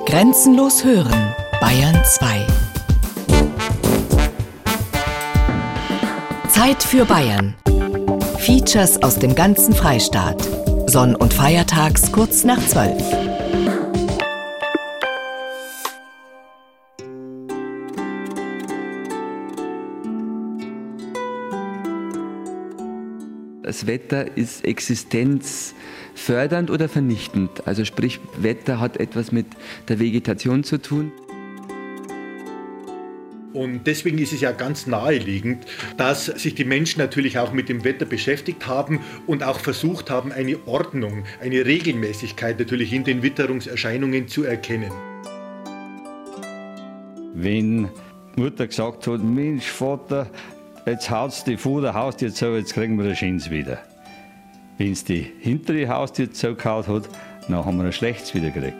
Grenzenlos hören, Bayern 2. Zeit für Bayern. Features aus dem ganzen Freistaat. Sonn- und feiertags kurz nach 12. Das Wetter ist existenzfördernd oder vernichtend. Also sprich, Wetter hat etwas mit der Vegetation zu tun. Und deswegen ist es ja ganz naheliegend, dass sich die Menschen natürlich auch mit dem Wetter beschäftigt haben und auch versucht haben, eine Ordnung, eine Regelmäßigkeit natürlich in den Witterungserscheinungen zu erkennen. Wenn die Mutter gesagt hat, Mensch Vater, jetzt haut's die vor der Haustür zu, jetzt kriegen wir den Schins wieder. Wenn es die hintere Haustür zugehauen hat, dann haben wir ein schlechtes wieder gekriegt.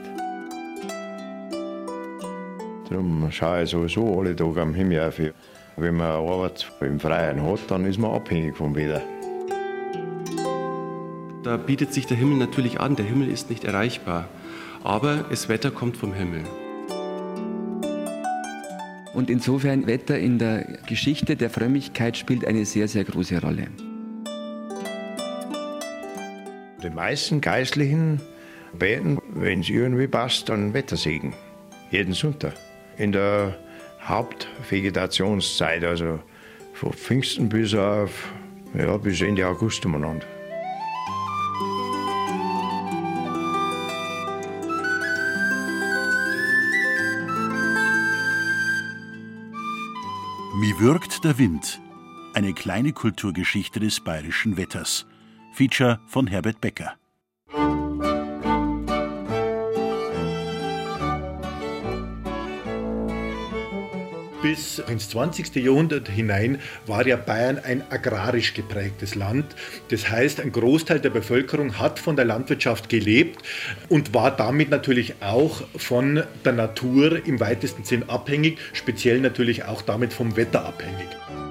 Darum schaue ich sowieso alle Tage am Himmel auf. Wenn man Arbeit im Freien hat, dann ist man abhängig vom Wetter. Da bietet sich der Himmel natürlich an. Der Himmel ist nicht erreichbar, aber das Wetter kommt vom Himmel. Und insofern, Wetter in der Geschichte der Frömmigkeit spielt eine sehr, sehr große Rolle. Die meisten Geistlichen beten, wenn es irgendwie passt, dann Wettersegen. Jeden Sonntag. In der Hauptvegetationszeit, also von Pfingsten bis bis Ende August umeinander. Wie wirkt der Wind? Eine kleine Kulturgeschichte des bayerischen Wetters. Feature von Herbert Becker. Bis ins 20. Jahrhundert hinein war ja Bayern ein agrarisch geprägtes Land. Das heißt, ein Großteil der Bevölkerung hat von der Landwirtschaft gelebt und war damit natürlich auch von der Natur im weitesten Sinn abhängig, speziell natürlich auch damit vom Wetter abhängig.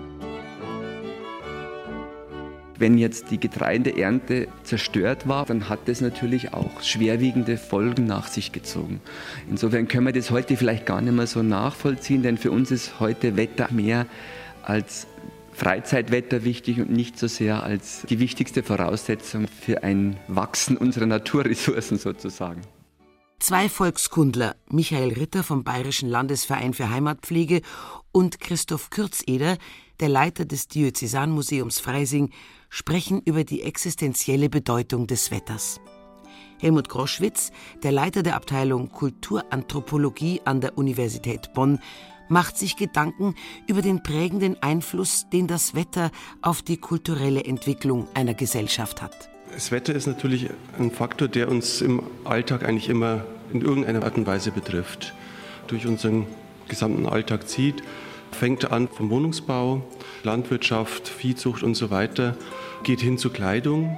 Wenn jetzt die Getreideernte zerstört war, dann hat das natürlich auch schwerwiegende Folgen nach sich gezogen. Insofern können wir das heute vielleicht gar nicht mehr so nachvollziehen, denn für uns ist heute Wetter mehr als Freizeitwetter wichtig und nicht so sehr als die wichtigste Voraussetzung für ein Wachsen unserer Naturressourcen sozusagen. Zwei Volkskundler, Michael Ritter vom Bayerischen Landesverein für Heimatpflege und Christoph Kürzeder, der Leiter des Diözesanmuseums Freising, sprechen über die existenzielle Bedeutung des Wetters. Helmut Groschwitz, der Leiter der Abteilung Kulturanthropologie an der Universität Bonn, macht sich Gedanken über den prägenden Einfluss, den das Wetter auf die kulturelle Entwicklung einer Gesellschaft hat. Das Wetter ist natürlich ein Faktor, der uns im Alltag eigentlich immer in irgendeiner Art und Weise betrifft. Durch unseren gesamten Alltag zieht. Fängt an vom Wohnungsbau, Landwirtschaft, Viehzucht und so weiter, geht hin zu Kleidung.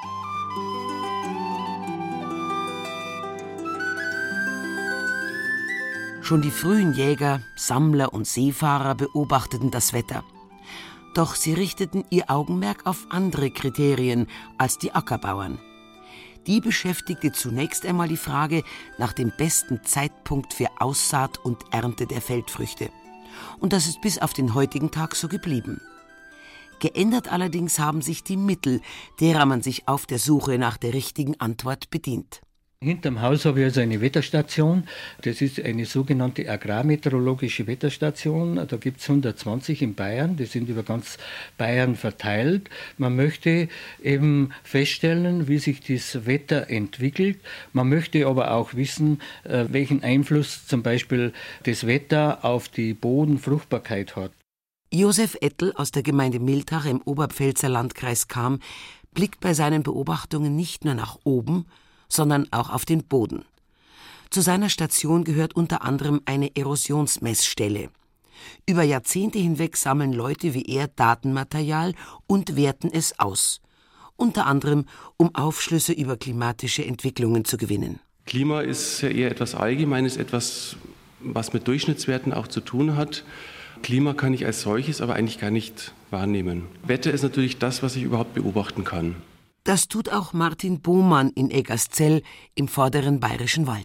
Schon die frühen Jäger, Sammler und Seefahrer beobachteten das Wetter. Doch sie richteten ihr Augenmerk auf andere Kriterien als die Ackerbauern. Die beschäftigte zunächst einmal die Frage nach dem besten Zeitpunkt für Aussaat und Ernte der Feldfrüchte. Und das ist bis auf den heutigen Tag so geblieben. Geändert allerdings haben sich die Mittel, derer man sich auf der Suche nach der richtigen Antwort bedient. Hinterm Haus habe ich also eine Wetterstation. Das ist eine sogenannte agrarmeteorologische Wetterstation. Da gibt es 120 in Bayern, die sind über ganz Bayern verteilt. Man möchte eben feststellen, wie sich das Wetter entwickelt. Man möchte aber auch wissen, welchen Einfluss zum Beispiel das Wetter auf die Bodenfruchtbarkeit hat. Josef Ettel aus der Gemeinde Miltach im Oberpfälzer Landkreis Cham blickt bei seinen Beobachtungen nicht nur nach oben, sondern auch auf den Boden. Zu seiner Station gehört unter anderem eine Erosionsmessstelle. Über Jahrzehnte hinweg sammeln Leute wie er Datenmaterial und werten es aus. Unter anderem, um Aufschlüsse über klimatische Entwicklungen zu gewinnen. Klima ist ja eher etwas Allgemeines, etwas, was mit Durchschnittswerten auch zu tun hat. Klima kann ich als solches aber eigentlich gar nicht wahrnehmen. Wetter ist natürlich das, was ich überhaupt beobachten kann. Das tut auch Martin Bohmann in Eggerszell im vorderen Bayerischen Wald.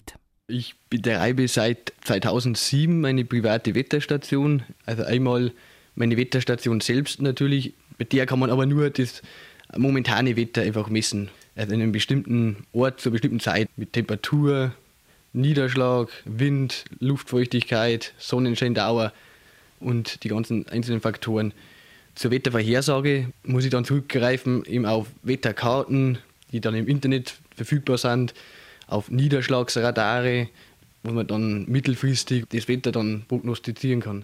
Ich betreibe seit 2007 eine private Wetterstation. Also einmal meine Wetterstation selbst natürlich. Mit der kann man aber nur das momentane Wetter einfach messen. Also in einem bestimmten Ort zur bestimmten Zeit mit Temperatur, Niederschlag, Wind, Luftfeuchtigkeit, Sonnenscheindauer und die ganzen einzelnen Faktoren. Zur Wettervorhersage muss ich dann zurückgreifen eben auf Wetterkarten, die dann im Internet verfügbar sind, auf Niederschlagsradare, wo man dann mittelfristig das Wetter dann prognostizieren kann.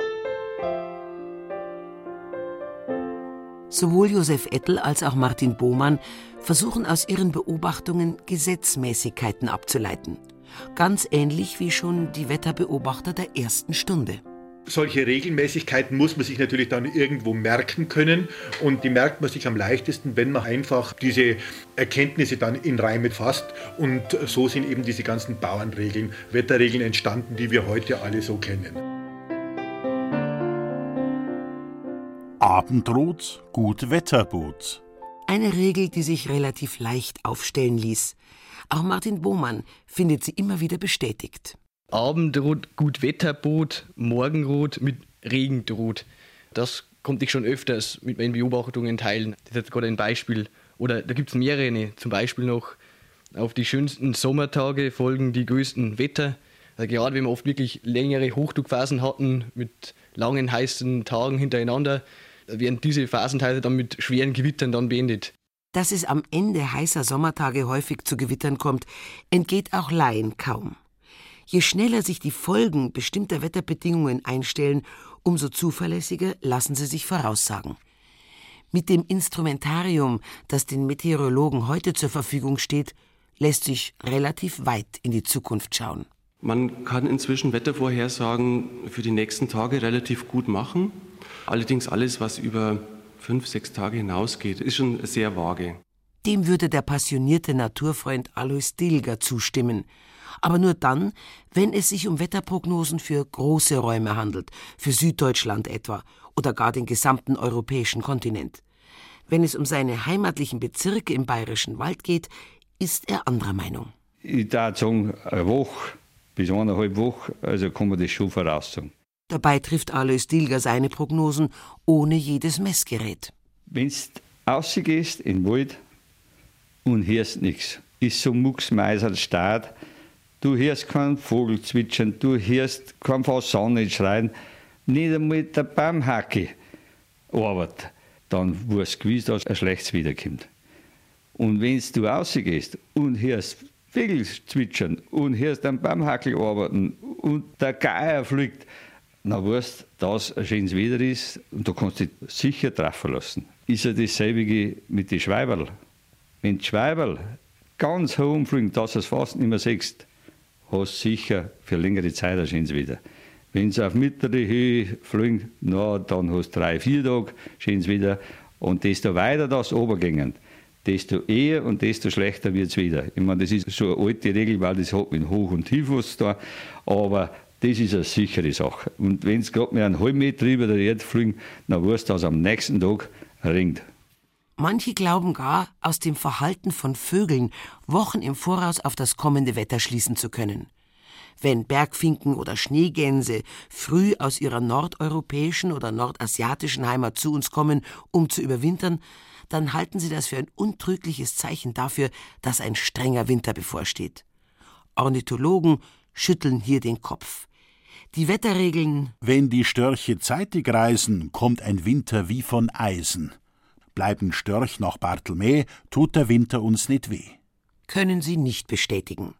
Sowohl Josef Ettel als auch Martin Bohmann versuchen aus ihren Beobachtungen Gesetzmäßigkeiten abzuleiten. Ganz ähnlich wie schon die Wetterbeobachter der ersten Stunde. Solche Regelmäßigkeiten muss man sich natürlich dann irgendwo merken können und die merkt man sich am leichtesten, wenn man einfach diese Erkenntnisse dann in Reime fasst und so sind eben diese ganzen Bauernregeln, Wetterregeln entstanden, die wir heute alle so kennen. Abendrot, gut Wetterbot. Eine Regel, die sich relativ leicht aufstellen ließ. Auch Martin Bohmann findet sie immer wieder bestätigt. Abendrot, gut Wetterbot, Morgenrot mit Regen droht. Das konnte ich schon öfters mit meinen Beobachtungen teilen. Das ist jetzt gerade ein Beispiel. Oder da gibt es mehrere. Zum Beispiel noch, auf die schönsten Sommertage folgen die größten Wetter. Also gerade wenn wir oft wirklich längere Hochdruckphasen hatten, mit langen heißen Tagen hintereinander, werden diese Phasen teilweise dann mit schweren Gewittern dann beendet. Dass es am Ende heißer Sommertage häufig zu Gewittern kommt, entgeht auch Laien kaum. Je schneller sich die Folgen bestimmter Wetterbedingungen einstellen, umso zuverlässiger lassen sie sich voraussagen. Mit dem Instrumentarium, das den Meteorologen heute zur Verfügung steht, lässt sich relativ weit in die Zukunft schauen. Man kann inzwischen Wettervorhersagen für die nächsten Tage relativ gut machen. Allerdings alles, was über 5-6 Tage hinausgeht, ist schon sehr vage. Dem würde der passionierte Naturfreund Alois Dilger zustimmen. Aber nur dann, wenn es sich um Wetterprognosen für große Räume handelt, für Süddeutschland etwa oder gar den gesamten europäischen Kontinent. Wenn es um seine heimatlichen Bezirke im Bayerischen Wald geht, ist er anderer Meinung. Ich würde sagen, eine Woche bis 1,5 Wochen, also kann man das schon voraussagen. Dabei trifft Alois Dilger seine Prognosen ohne jedes Messgerät. Wenn du rausgehst in den Wald und hörst nichts, ist so mucksmeiserstaat, du hörst keinen Vogel zwitschern, du hörst keinen Fasan nicht schreien, nicht einmal der Baumhacke arbeitet, dann wirst du gewiss, dass ein schlechtes wiederkommt. Und wenn du rausgehst und hörst Vögel zwitschern und hörst einen Baumhackel arbeiten und der Geier fliegt, dann weißt du, dass ein schönes Wetter ist und da kannst du dich sicher drauf verlassen. Ist ja dasselbe mit den Schweiberl. Wenn die Schweiberl ganz hoch fliegen, dass du es fast nicht mehr siehst, hast du sicher für längere Zeit ein schönes Wetter. Wenn sie auf mittlere Höhe fliegen, dann hast du 3-4 Tage schönes Wetter. Und desto weiter das runtergehen, desto eher und desto schlechter wird es wieder. Ich meine, das ist so eine alte Regel, weil das hat mit Hoch- und Tiefwas da. Aber das ist eine sichere Sache. Und wenn es gerade mehr einen halben Meter über der Erde fliegen, dann weißt du, dass am nächsten Tag regnet. Manche glauben gar, aus dem Verhalten von Vögeln Wochen im Voraus auf das kommende Wetter schließen zu können. Wenn Bergfinken oder Schneegänse früh aus ihrer nordeuropäischen oder nordasiatischen Heimat zu uns kommen, um zu überwintern, dann halten sie das für ein untrügliches Zeichen dafür, dass ein strenger Winter bevorsteht. Ornithologen schütteln hier den Kopf. Die Wetterregeln: Wenn die Störche zeitig reisen, kommt ein Winter wie von Eisen. Bleiben Störch nach Barthelmä, tut der Winter uns nicht weh. Können sie nicht bestätigen.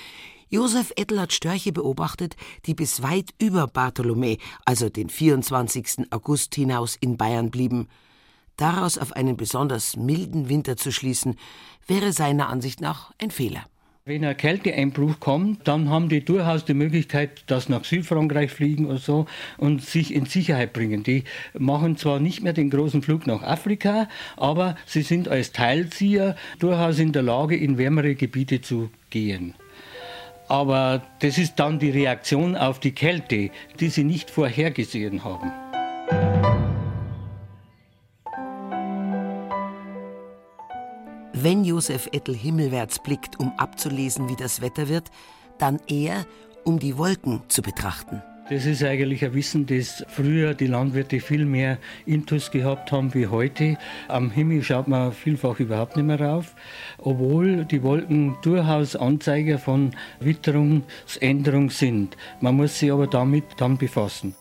Josef Ettel hat Störche beobachtet, die bis weit über Bartholomä, also den 24. August hinaus in Bayern blieben. Daraus auf einen besonders milden Winter zu schließen, wäre seiner Ansicht nach ein Fehler. Wenn ein Kälteeinbruch kommt, dann haben die durchaus die Möglichkeit, dass nach Südfrankreich fliegen oder so und sich in Sicherheit bringen. Die machen zwar nicht mehr den großen Flug nach Afrika, aber sie sind als Teilzieher durchaus in der Lage, in wärmere Gebiete zu gehen. Aber das ist dann die Reaktion auf die Kälte, die sie nicht vorhergesehen haben. Wenn Josef Ettel himmelwärts blickt, um abzulesen, wie das Wetter wird, dann eher, um die Wolken zu betrachten. Das ist eigentlich ein Wissen, das früher die Landwirte viel mehr Intus gehabt haben wie heute. Am Himmel schaut man vielfach überhaupt nicht mehr rauf, obwohl die Wolken durchaus Anzeiger von Witterungsänderung sind. Man muss sich aber damit dann befassen.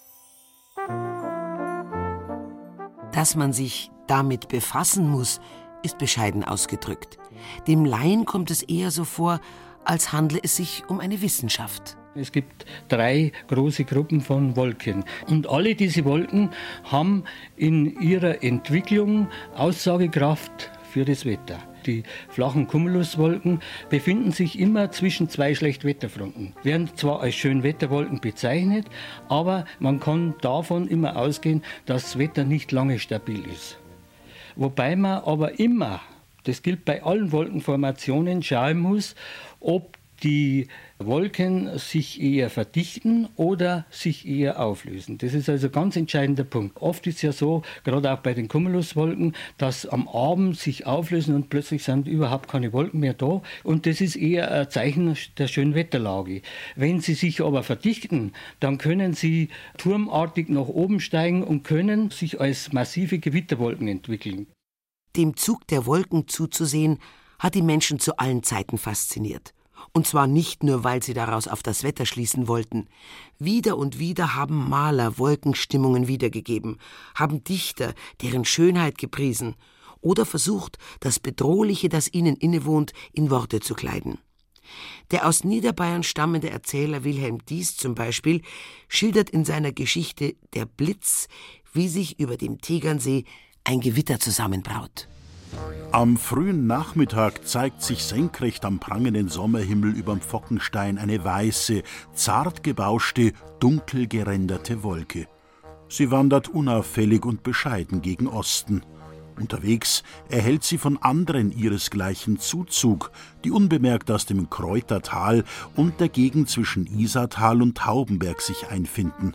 Dass man sich damit befassen muss, ist bescheiden ausgedrückt. Dem Laien kommt es eher so vor, als handle es sich um eine Wissenschaft. Es gibt 3 große Gruppen von Wolken. Und alle diese Wolken haben in ihrer Entwicklung Aussagekraft für das Wetter. Die flachen Cumuluswolken befinden sich immer zwischen 2 Schlechtwetterfronten. Werden zwar als Schönwetterwolken bezeichnet, aber man kann davon immer ausgehen, dass das Wetter nicht lange stabil ist. Wobei man aber immer, das gilt bei allen Wolkenformationen, schauen muss, ob die Wolken sich eher verdichten oder sich eher auflösen. Das ist also ein ganz entscheidender Punkt. Oft ist es ja so, gerade auch bei den Cumuluswolken, dass am Abend sich auflösen und plötzlich sind überhaupt keine Wolken mehr da. Und das ist eher ein Zeichen der schönen Wetterlage. Wenn sie sich aber verdichten, dann können sie turmartig nach oben steigen und können sich als massive Gewitterwolken entwickeln. Dem Zug der Wolken zuzusehen, hat die Menschen zu allen Zeiten fasziniert. Und zwar nicht nur, weil sie daraus auf das Wetter schließen wollten. Wieder und wieder haben Maler Wolkenstimmungen wiedergegeben, haben Dichter deren Schönheit gepriesen oder versucht, das Bedrohliche, das ihnen innewohnt, in Worte zu kleiden. Der aus Niederbayern stammende Erzähler Wilhelm Dies zum Beispiel schildert in seiner Geschichte Der Blitz, wie sich über dem Tegernsee ein Gewitter zusammenbraut. Am frühen Nachmittag zeigt sich senkrecht am prangenden Sommerhimmel überm Pfockenstein eine weiße, zart gebauschte, dunkel geränderte Wolke. Sie wandert unauffällig und bescheiden gegen Osten. Unterwegs erhält sie von anderen ihresgleichen Zuzug, die unbemerkt aus dem Kräutertal und der Gegend zwischen Isartal und Taubenberg sich einfinden.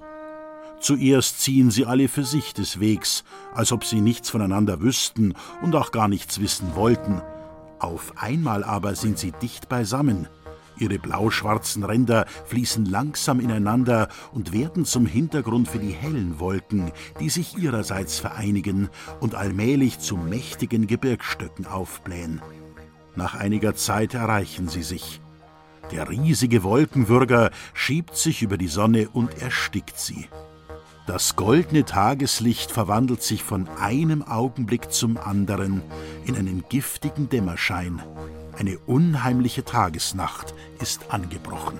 Zuerst ziehen sie alle für sich des Wegs, als ob sie nichts voneinander wüssten und auch gar nichts wissen wollten. Auf einmal aber sind sie dicht beisammen. Ihre blau-schwarzen Ränder fließen langsam ineinander und werden zum Hintergrund für die hellen Wolken, die sich ihrerseits vereinigen und allmählich zu mächtigen Gebirgsstöcken aufblähen. Nach einiger Zeit erreichen sie sich. Der riesige Wolkenwürger schiebt sich über die Sonne und erstickt sie. Das goldene Tageslicht verwandelt sich von einem Augenblick zum anderen in einen giftigen Dämmerschein. Eine unheimliche Tagesnacht ist angebrochen.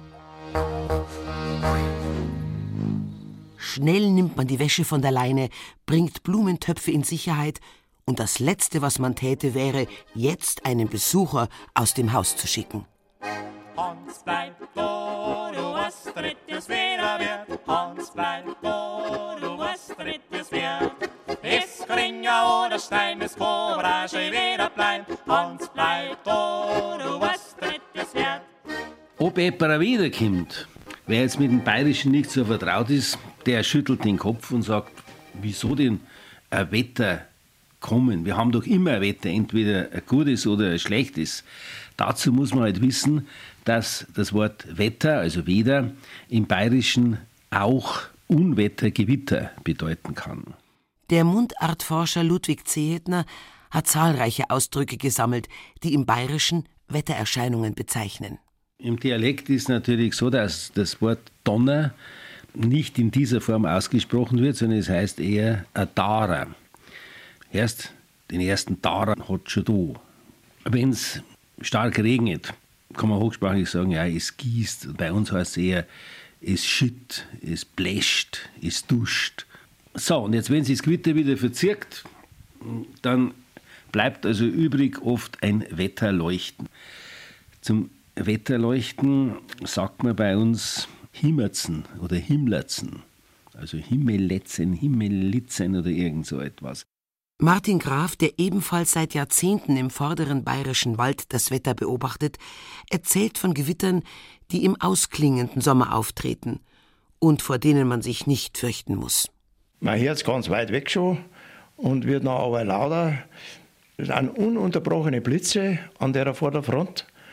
Schnell nimmt man die Wäsche von der Leine, bringt Blumentöpfe in Sicherheit und das Letzte, was man täte, wäre, jetzt einen Besucher aus dem Haus zu schicken. Hans, bleib da, du hast drittes Wetter wird. Hans, bleib da, du hast drittes wird. Es Kringa oder Stein, es Cobra, schon wieder bleibt. Hans, bleib da, du hast drittes wird. Ob jemand wiederkommt, wer jetzt mit dem Bayerischen nicht so vertraut ist, der schüttelt den Kopf und sagt, wieso denn ein Wetter kommen? Wir haben doch immer ein Wetter, entweder ein gutes oder ein schlechtes. Dazu muss man halt wissen, dass das Wort Wetter, also Wetter, im Bayerischen auch Unwetter, Gewitter bedeuten kann. Der Mundartforscher Ludwig Zehetner hat zahlreiche Ausdrücke gesammelt, die im Bayerischen Wettererscheinungen bezeichnen. Im Dialekt ist natürlich so, dass das Wort Donner nicht in dieser Form ausgesprochen wird, sondern es heißt eher ein Darer. Erst den ersten Darer hat schon da. Wenn es stark regnet, kann man hochsprachlich sagen, ja, es gießt. Bei uns heißt es eher, es schütt, es bläscht, es duscht. So, und jetzt, wenn sich das Gewitter wieder verzirkt, dann bleibt also übrig oft ein Wetterleuchten. Zum Wetterleuchten sagt man bei uns Himmerzen oder Himmlerzen, also Himmelletzen, Himmelitzen oder irgend so etwas. Martin Graf, der ebenfalls seit Jahrzehnten im vorderen bayerischen Wald das Wetter beobachtet, erzählt von Gewittern, die im ausklingenden Sommer auftreten und vor denen man sich nicht fürchten muss. Man hört es ganz weit weg schon und wird noch aber lauter. Es sind ununterbrochene Blitze an der Vorderfront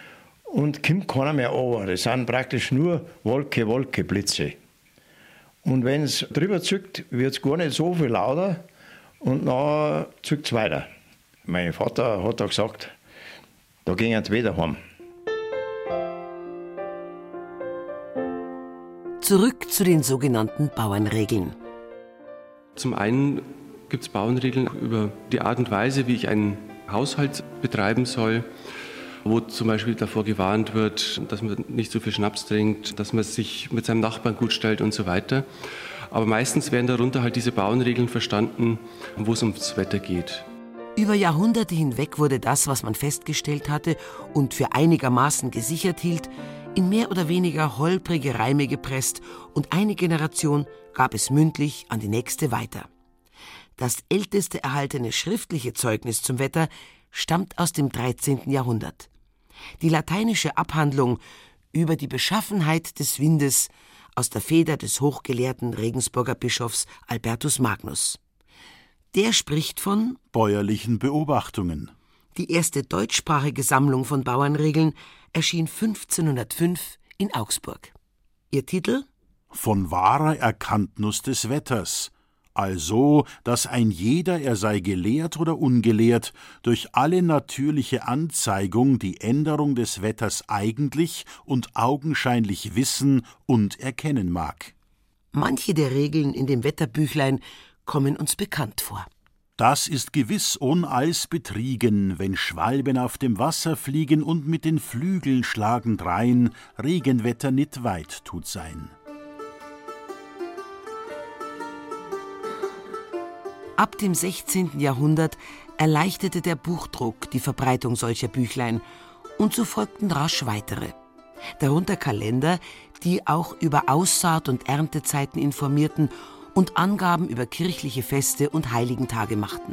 und kommt keiner mehr runter. Das sind praktisch nur Wolke, Wolke, Blitze. Und wenn es drüber zückt, wird es gar nicht so viel lauter und dann zückt es weiter. Mein Vater hat da gesagt, da gehen sie wieder heim. Zurück zu den sogenannten Bauernregeln. Zum einen gibt es Bauernregeln über die Art und Weise, wie ich einen Haushalt betreiben soll, wo zum Beispiel davor gewarnt wird, dass man nicht so viel Schnaps trinkt, dass man sich mit seinem Nachbarn gut stellt und so weiter. Aber meistens werden darunter halt diese Bauernregeln verstanden, wo es ums Wetter geht. Über Jahrhunderte hinweg wurde das, was man festgestellt hatte und für einigermaßen gesichert hielt, in mehr oder weniger holprige Reime gepresst und eine Generation gab es mündlich an die nächste weiter. Das älteste erhaltene schriftliche Zeugnis zum Wetter stammt aus dem 13. Jahrhundert. Die lateinische Abhandlung über die Beschaffenheit des Windes aus der Feder des hochgelehrten Regensburger Bischofs Albertus Magnus. Der spricht von bäuerlichen Beobachtungen. Die erste deutschsprachige Sammlung von Bauernregeln erschien 1505 in Augsburg. Ihr Titel? Von wahrer Erkanntnis des Wetters. Also, dass ein jeder, er sei gelehrt oder ungelehrt, durch alle natürliche Anzeigung die Änderung des Wetters eigentlich und augenscheinlich wissen und erkennen mag. Manche der Regeln in dem Wetterbüchlein kommen uns bekannt vor. Das ist gewiss unalls betriegen, wenn Schwalben auf dem Wasser fliegen und mit den Flügeln schlagend rein, Regenwetter nit weit tut sein. Ab dem 16. Jahrhundert erleichterte der Buchdruck die Verbreitung solcher Büchlein und so folgten rasch weitere. Darunter Kalender, die auch über Aussaat- und Erntezeiten informierten und Angaben über kirchliche Feste und Heiligentage machten.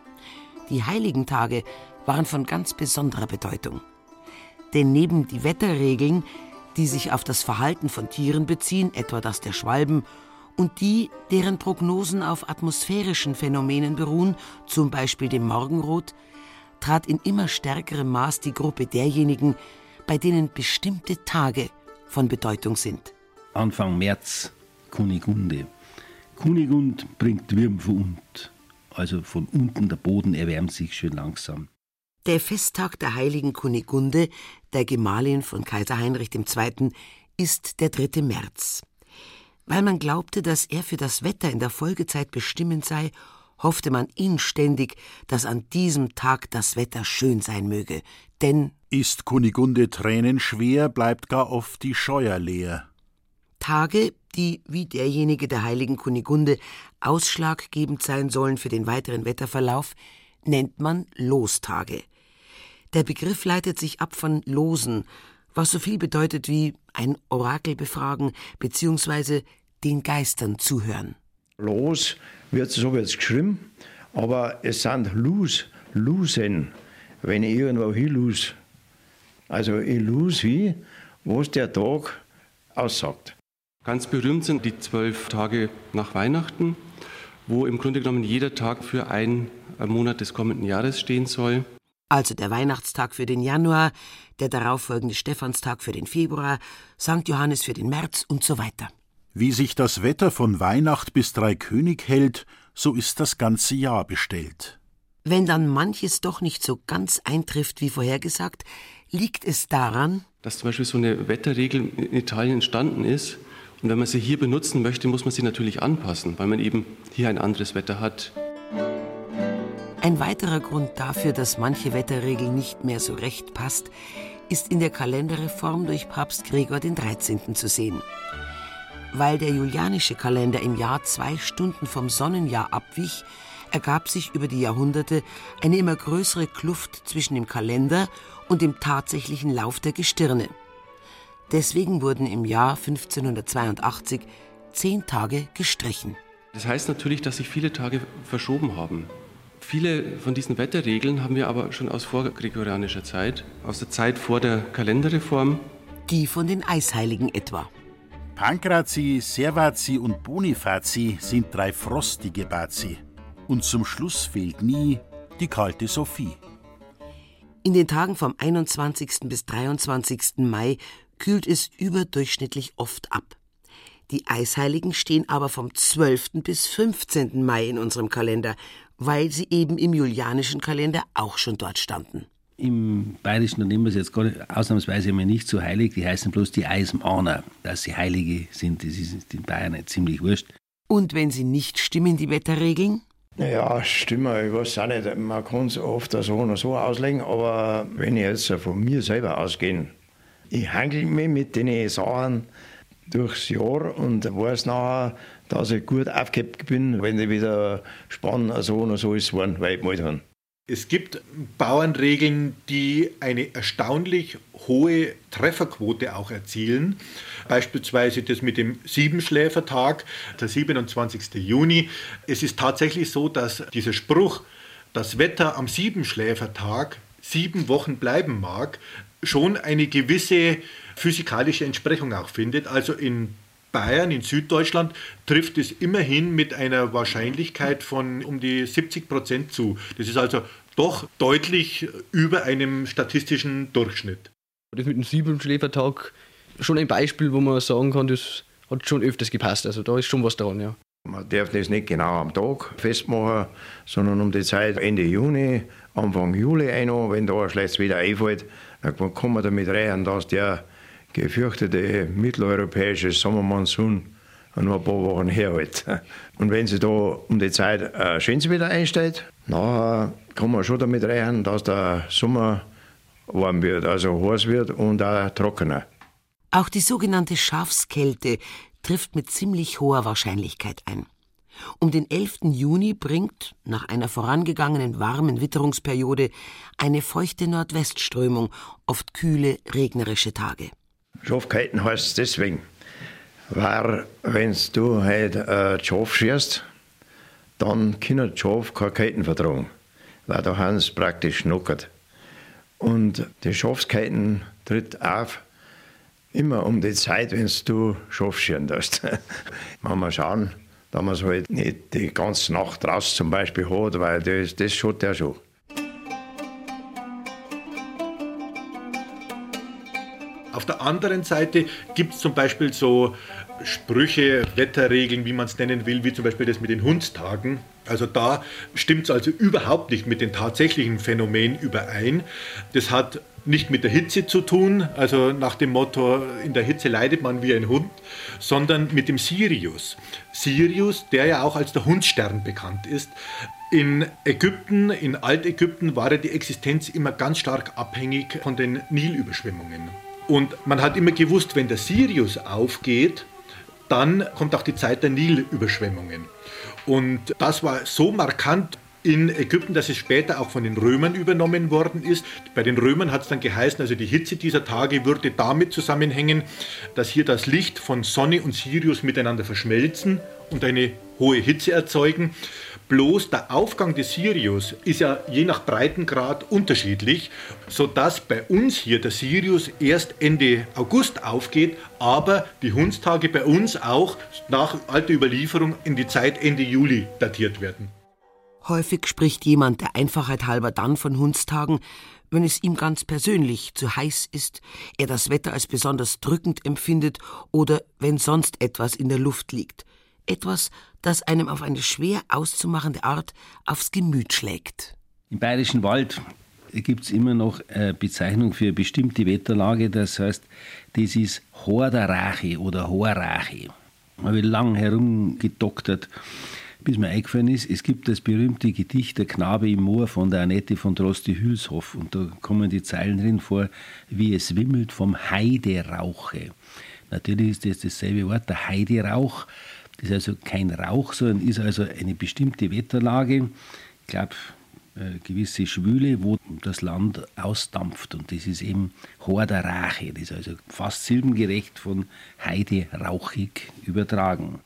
Die Heiligentage waren von ganz besonderer Bedeutung. Denn neben die Wetterregeln, die sich auf das Verhalten von Tieren beziehen, etwa das der Schwalben, und die, deren Prognosen auf atmosphärischen Phänomenen beruhen, zum Beispiel dem Morgenrot, trat in immer stärkerem Maß die Gruppe derjenigen, bei denen bestimmte Tage von Bedeutung sind. Anfang März, Kunigunde. Kunigund bringt Würm von unt. Also von unten, der Boden erwärmt sich schön langsam. Der Festtag der heiligen Kunigunde, der Gemahlin von Kaiser Heinrich II., ist der 3. März. Weil man glaubte, dass er für das Wetter in der Folgezeit bestimmend sei, hoffte man inständig, dass an diesem Tag das Wetter schön sein möge. Denn ist Kunigunde tränenschwer, bleibt gar oft die Scheuer leer. Tage, die, wie derjenige der heiligen Kunigunde, ausschlaggebend sein sollen für den weiteren Wetterverlauf, nennt man Lostage. Der Begriff leitet sich ab von Losen, was so viel bedeutet wie ein Orakel befragen bzw. den Geistern zuhören. Los so wird's geschrieben, aber es sind Lusen, wenn ich irgendwo hinlose. Also ich lose wie, was der Tag aussagt. Ganz berühmt sind die 12 Tage nach Weihnachten, wo im Grunde genommen jeder Tag für einen Monat des kommenden Jahres stehen soll. Also der Weihnachtstag für den Januar, der darauffolgende Stephanstag für den Februar, St. Johannes für den März und so weiter. Wie sich das Wetter von Weihnacht bis Dreikönig hält, so ist das ganze Jahr bestellt. Wenn dann manches doch nicht so ganz eintrifft wie vorhergesagt, liegt es daran, dass zum Beispiel so eine Wetterregel in Italien entstanden ist. Und wenn man sie hier benutzen möchte, muss man sie natürlich anpassen, weil man eben hier ein anderes Wetter hat. Ein weiterer Grund dafür, dass manche Wetterregel nicht mehr so recht passt, ist in der Kalenderreform durch Papst Gregor XIII. Zu sehen. Weil der julianische Kalender im Jahr 2 Stunden vom Sonnenjahr abwich, ergab sich über die Jahrhunderte eine immer größere Kluft zwischen dem Kalender und dem tatsächlichen Lauf der Gestirne. Deswegen wurden im Jahr 1582 10 Tage gestrichen. Das heißt natürlich, dass sich viele Tage verschoben haben. Viele von diesen Wetterregeln haben wir aber schon aus vorgregorianischer Zeit, aus der Zeit vor der Kalenderreform. Die von den Eisheiligen etwa. Pankrazi, Servazi und Bonifazi sind 3 frostige Bazi. Und zum Schluss fehlt nie die kalte Sophie. In den Tagen vom 21. bis 23. Mai kühlt es überdurchschnittlich oft ab. Die Eisheiligen stehen aber vom 12. bis 15. Mai in unserem Kalender, weil sie eben im julianischen Kalender auch schon dort standen. Im Bayerischen, da nehmen wir es jetzt gar nicht, ausnahmsweise einmal nicht so heilig, die heißen bloß die Eismaner. Dass sie Heilige sind, das ist den Bayern nicht ziemlich wurscht. Und wenn sie nicht stimmen, die Wetterregeln? Ja, stimmen, ich weiß auch nicht. Man kann es oft so oder so auslegen, aber wenn ich jetzt von mir selber ausgehe, ich handle mich mit den Sachen durchs Jahr und weiß nachher, dass ich gut aufgehebt bin, wenn ich wieder spannend so oder so ist, weil ich gemalt habe. Es gibt Bauernregeln, die eine erstaunlich hohe Trefferquote auch erzielen. Beispielsweise das mit dem Siebenschläfertag, der 27. Juni. Es ist tatsächlich so, dass dieser Spruch, das Wetter am Siebenschläfertag 7 Wochen bleiben mag, schon eine gewisse physikalische Entsprechung auch findet. Also in Bayern, in Süddeutschland, trifft es immerhin mit einer Wahrscheinlichkeit von um die 70% zu. Das ist also doch deutlich über einem statistischen Durchschnitt. Das mit dem Siebenschläfertag schon ein Beispiel, wo man sagen kann, das hat schon öfters gepasst. Also da ist schon was dran, ja. Man darf das nicht genau am Tag festmachen, sondern um die Zeit Ende Juni, Anfang Juli ein, wenn da ein schlechtes Wetter einfällt, dann kann man damit rechnen, dass der gefürchtete mitteleuropäische Sommermonsun nur ein paar Wochen herhält. Und wenn sie da um die Zeit ein schönes Wetter einstellt, nachher kann man schon damit rechnen, dass der Sommer warm wird, also heiß wird und auch trockener. Auch die sogenannte Schafskälte trifft mit ziemlich hoher Wahrscheinlichkeit ein. Um den 11. Juni bringt, nach einer vorangegangenen warmen Witterungsperiode, eine feuchte Nordwestströmung oft kühle, regnerische Tage. Schafkalten heißt es deswegen, weil wenn du halt Schaf schierst, dann können die Schafe keine Kalten vertragen, weil da haben sie praktisch schnuckert. Und die Schafskalten tritt auf immer um die Zeit, wenn du Schaf scheren darfst. Man muss schauen, dass man es halt nicht die ganze Nacht draußen zum Beispiel hat, weil das schaut ja schon. Auf der anderen Seite gibt es zum Beispiel so Sprüche, Wetterregeln, wie man es nennen will, wie zum Beispiel das mit den Hundstagen. Also da stimmt es also überhaupt nicht mit den tatsächlichen Phänomenen überein. Das hat nicht mit der Hitze zu tun, also nach dem Motto, in der Hitze leidet man wie ein Hund, sondern mit dem Sirius. Sirius, der ja auch als der Hundstern bekannt ist. In Ägypten, in Altägypten war ja die Existenz immer ganz stark abhängig von den Nilüberschwemmungen. Und man hat immer gewusst, wenn der Sirius aufgeht, dann kommt auch die Zeit der Nilüberschwemmungen. Und das war so markant in Ägypten, dass es später auch von den Römern übernommen worden ist. Bei den Römern hat es dann geheißen, also die Hitze dieser Tage würde damit zusammenhängen, dass hier das Licht von Sonne und Sirius miteinander verschmelzen und eine hohe Hitze erzeugen. Bloß der Aufgang des Sirius ist ja je nach Breitengrad unterschiedlich, sodass bei uns hier der Sirius erst Ende August aufgeht, aber die Hundstage bei uns auch nach alter Überlieferung in die Zeit Ende Juli datiert werden. Häufig spricht jemand der Einfachheit halber dann von Hundstagen, wenn es ihm ganz persönlich zu heiß ist, er das Wetter als besonders drückend empfindet oder wenn sonst etwas in der Luft liegt. Etwas, das einem auf eine schwer auszumachende Art aufs Gemüt schlägt. Im Bayerischen Wald gibt es immer noch eine Bezeichnung für eine bestimmte Wetterlage, das heißt, das ist Horderache oder Horrache. Da habe ich lang herumgedoktert, bis mir eingefallen ist, es gibt das berühmte Gedicht Der Knabe im Moor von der Annette von Droste-Hülshoff und da kommen die Zeilen drin vor, wie es wimmelt vom Heiderauche. Natürlich ist das dasselbe Wort, der Heiderauch. Das ist also kein Rauch, sondern ist also eine bestimmte Wetterlage, ich glaube, gewisse Schwüle, wo das Land ausdampft. Und das ist eben Horderache. Das ist also fast silbengerecht von Heide rauchig übertragen.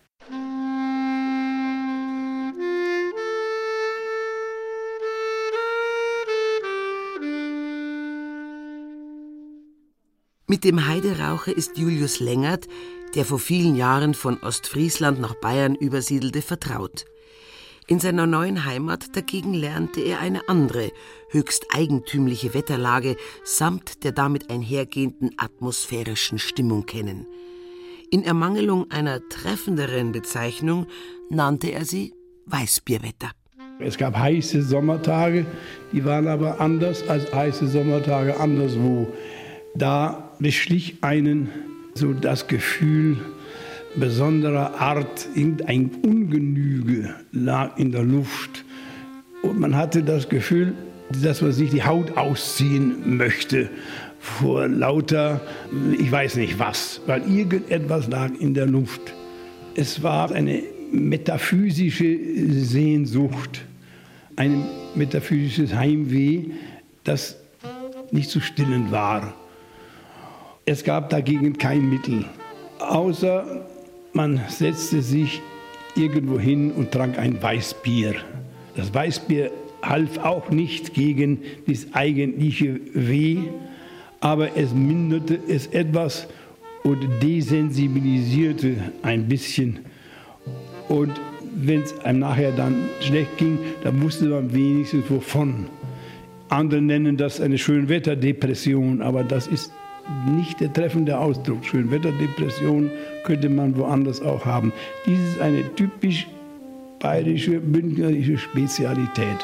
Mit dem Heiderauche ist Julius Lengert, der vor vielen Jahren von Ostfriesland nach Bayern übersiedelte, vertraut. In seiner neuen Heimat dagegen lernte er eine andere, höchst eigentümliche Wetterlage samt der damit einhergehenden atmosphärischen Stimmung kennen. In Ermangelung einer treffenderen Bezeichnung nannte er sie Weißbierwetter. Es gab heiße Sommertage, die waren aber anders als heiße Sommertage anderswo. Da beschlich einen so das Gefühl besonderer Art, irgendein Ungenüge lag in der Luft. Und man hatte das Gefühl, dass man sich die Haut ausziehen möchte vor lauter, ich weiß nicht was, weil irgendetwas lag in der Luft. Es war eine metaphysische Sehnsucht, ein metaphysisches Heimweh, das nicht zu stillen war. Es gab dagegen kein Mittel, außer man setzte sich irgendwo hin und trank ein Weißbier. Das Weißbier half auch nicht gegen das eigentliche Weh, aber es minderte es etwas und desensibilisierte ein bisschen. Und wenn es einem nachher dann schlecht ging, dann wusste man wenigstens wovon. Andere nennen das eine Schönwetterdepression, aber das ist nicht der treffende Ausdruck. Schönwetterdepression könnte man woanders auch haben. Dies ist eine typisch bayerische, bündnerische Spezialität.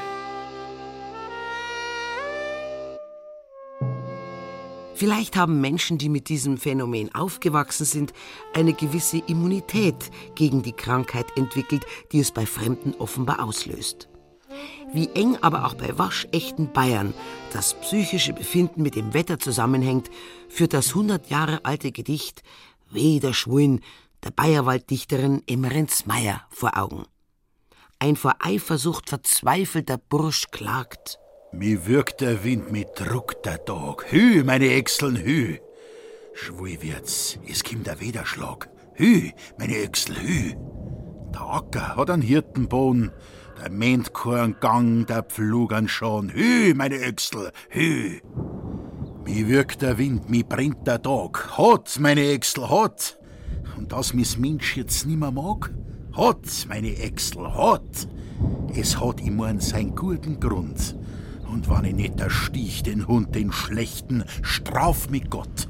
Vielleicht haben Menschen, die mit diesem Phänomen aufgewachsen sind, eine gewisse Immunität gegen die Krankheit entwickelt, die es bei Fremden offenbar auslöst. Wie eng aber auch bei waschechten Bayern das psychische Befinden mit dem Wetter zusammenhängt, führt das 100 Jahre alte Gedicht Weh der Schwuln der Bayerwalddichterin Emerenz Meyer vor Augen. Ein vor Eifersucht verzweifelter Bursch klagt: Mi wirkt der Wind, mi druckt der Tag. Hü, meine Äxeln, hü. Schwul wird's, es kommt der Wederschlag. Hü, meine Äxel, hü. Der Acker hat einen Hirtenboden, der Mähnt Gang, der Pflug an Schon. Hü, meine Äxel, hü. Mi wirkt der Wind, mi brennt der Tag. Hat, meine Äxel, hat. Und dass mis Mensch jetzt nimmer mag? Hat, meine Äxel, hat. Es hat immer'n seinen guten Grund. Und wann ich nicht der Stich den Hund, den Schlechten, straf mich Gott.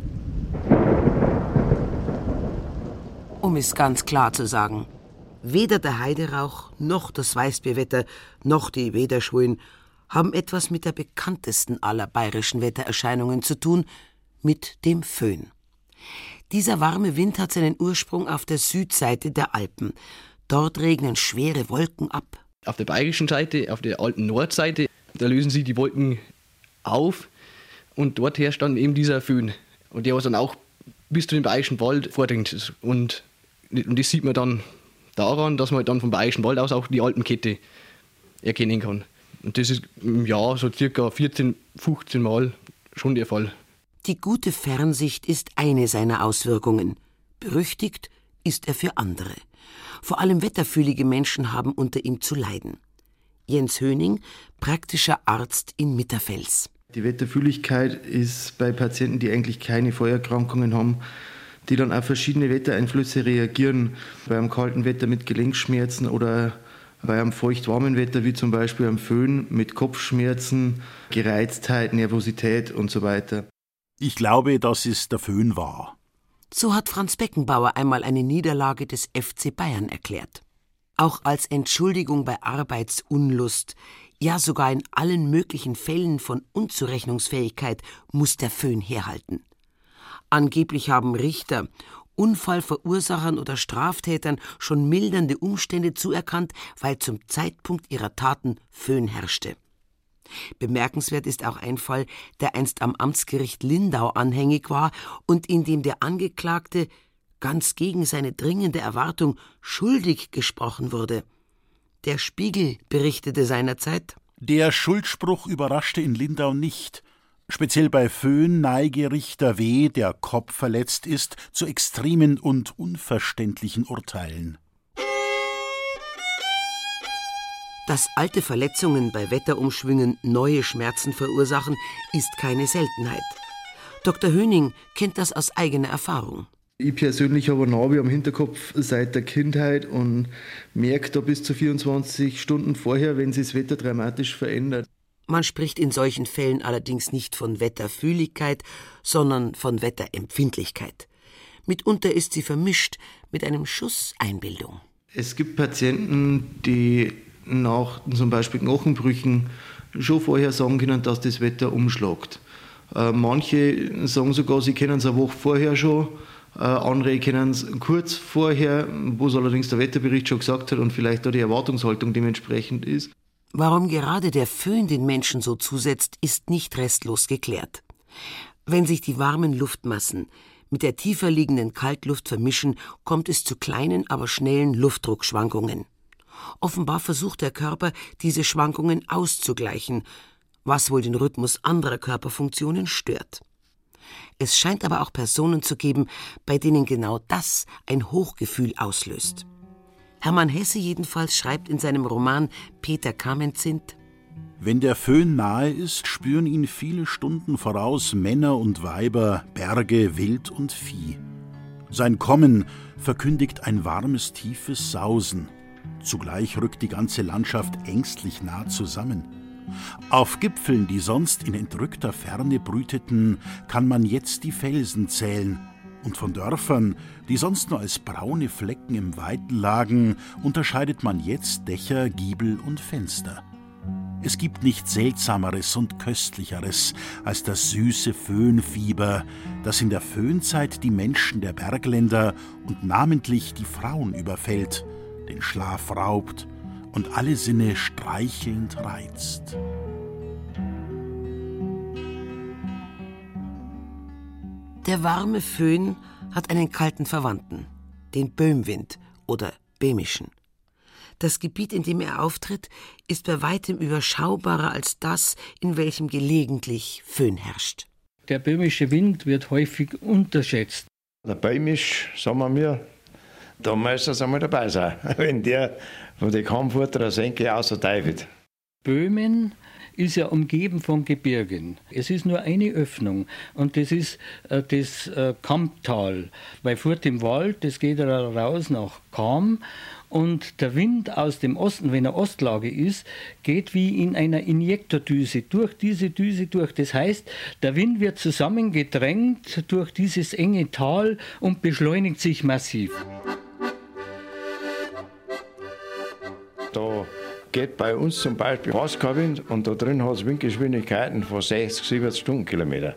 Um es ganz klar zu sagen, weder der Heiderauch, noch das Weißbierwetter, noch die Wederschwulen haben etwas mit der bekanntesten aller bayerischen Wettererscheinungen zu tun, mit dem Föhn. Dieser warme Wind hat seinen Ursprung auf der Südseite der Alpen. Dort regnen schwere Wolken ab. Auf der bayerischen Seite, auf der alten Nordseite, da lösen sich die Wolken auf und dort herrscht dann eben dieser Föhn. Und der was dann auch bis zu dem Bayerischen Wald vordringt. Und das sieht man dann daran, dass man dann vom Bayerischen Wald aus auch die Alpenkette erkennen kann. Und das ist im Jahr so circa 14, 15 Mal schon der Fall. Die gute Fernsicht ist eine seiner Auswirkungen. Berüchtigt ist er für andere. Vor allem wetterfühlige Menschen haben unter ihm zu leiden. Jens Höning, praktischer Arzt in Mitterfels. Die Wetterfühligkeit ist bei Patienten, die eigentlich keine Vorerkrankungen haben, die dann auf verschiedene Wettereinflüsse reagieren. Bei einem kalten Wetter mit Gelenkschmerzen oder bei einem feucht-warmen Wetter, wie zum Beispiel am Föhn, mit Kopfschmerzen, Gereiztheit, Nervosität und so weiter. Ich glaube, dass es der Föhn war. So hat Franz Beckenbauer einmal eine Niederlage des FC Bayern erklärt. Auch als Entschuldigung bei Arbeitsunlust, ja sogar in allen möglichen Fällen von Unzurechnungsfähigkeit muss der Föhn herhalten. Angeblich haben Richter Unfallverursachern oder Straftätern schon mildernde Umstände zuerkannt, weil zum Zeitpunkt ihrer Taten Föhn herrschte. Bemerkenswert ist auch ein Fall, der einst am Amtsgericht Lindau anhängig war und in dem der Angeklagte ganz gegen seine dringende Erwartung schuldig gesprochen wurde. Der Spiegel berichtete seinerzeit: Der Schuldspruch überraschte in Lindau nicht. Speziell bei Föhn neige Richter W., der Kopf verletzt ist, zu extremen und unverständlichen Urteilen. Dass alte Verletzungen bei Wetterumschwüngen neue Schmerzen verursachen, ist keine Seltenheit. Dr. Höning kennt das aus eigener Erfahrung. Ich persönlich habe ein Navi am Hinterkopf seit der Kindheit und merke da bis zu 24 Stunden vorher, wenn sich das Wetter dramatisch verändert. Man spricht in solchen Fällen allerdings nicht von Wetterfühligkeit, sondern von Wetterempfindlichkeit. Mitunter ist sie vermischt mit einem Schuss Einbildung. Es gibt Patienten, die nach zum Beispiel Knochenbrüchen schon vorher sagen können, dass das Wetter umschlagt. Manche sagen sogar, sie kennen es eine Woche vorher schon. Andere kennen es kurz vorher, wo es allerdings der Wetterbericht schon gesagt hat und vielleicht da die Erwartungshaltung dementsprechend ist. Warum gerade der Föhn den Menschen so zusetzt, ist nicht restlos geklärt. Wenn sich die warmen Luftmassen mit der tiefer liegenden Kaltluft vermischen, kommt es zu kleinen, aber schnellen Luftdruckschwankungen. Offenbar versucht der Körper, diese Schwankungen auszugleichen, was wohl den Rhythmus anderer Körperfunktionen stört. Es scheint aber auch Personen zu geben, bei denen genau das ein Hochgefühl auslöst. Hermann Hesse jedenfalls schreibt in seinem Roman Peter Kamenzind: Wenn der Föhn nahe ist, spüren ihn viele Stunden voraus Männer und Weiber, Berge, Wild und Vieh. Sein Kommen verkündigt ein warmes, tiefes Sausen. Zugleich rückt die ganze Landschaft ängstlich nah zusammen. Auf Gipfeln, die sonst in entrückter Ferne brüteten, kann man jetzt die Felsen zählen. Und von Dörfern, die sonst nur als braune Flecken im Weiten lagen, unterscheidet man jetzt Dächer, Giebel und Fenster. Es gibt nichts Seltsameres und Köstlicheres als das süße Föhnfieber, das in der Föhnzeit die Menschen der Bergländer und namentlich die Frauen überfällt, den Schlaf raubt und alle Sinne streichelnd reizt. Der warme Föhn hat einen kalten Verwandten, den Böhmwind oder Böhmischen. Das Gebiet, in dem er auftritt, ist bei weitem überschaubarer als das, in welchem gelegentlich Föhn herrscht. Der böhmische Wind wird häufig unterschätzt. Der Böhmisch, sagen wir, da müsste es einmal dabei sein, wenn der von den Kammfurter Senke außerteufelt. Böhmen ist ja umgeben von Gebirgen. Es ist nur eine Öffnung und das ist das Kammtal. Bei Furt im Wald, das geht raus nach Cham und der Wind aus dem Osten, wenn er Ostlage ist, geht wie in einer Injektordüse durch diese Düse durch. Das heißt, der Wind wird zusammengedrängt durch dieses enge Tal und beschleunigt sich massiv. Da geht bei uns zum Beispiel fast kein Wind und da drin hat es Windgeschwindigkeiten von 60, 70 Stundenkilometer.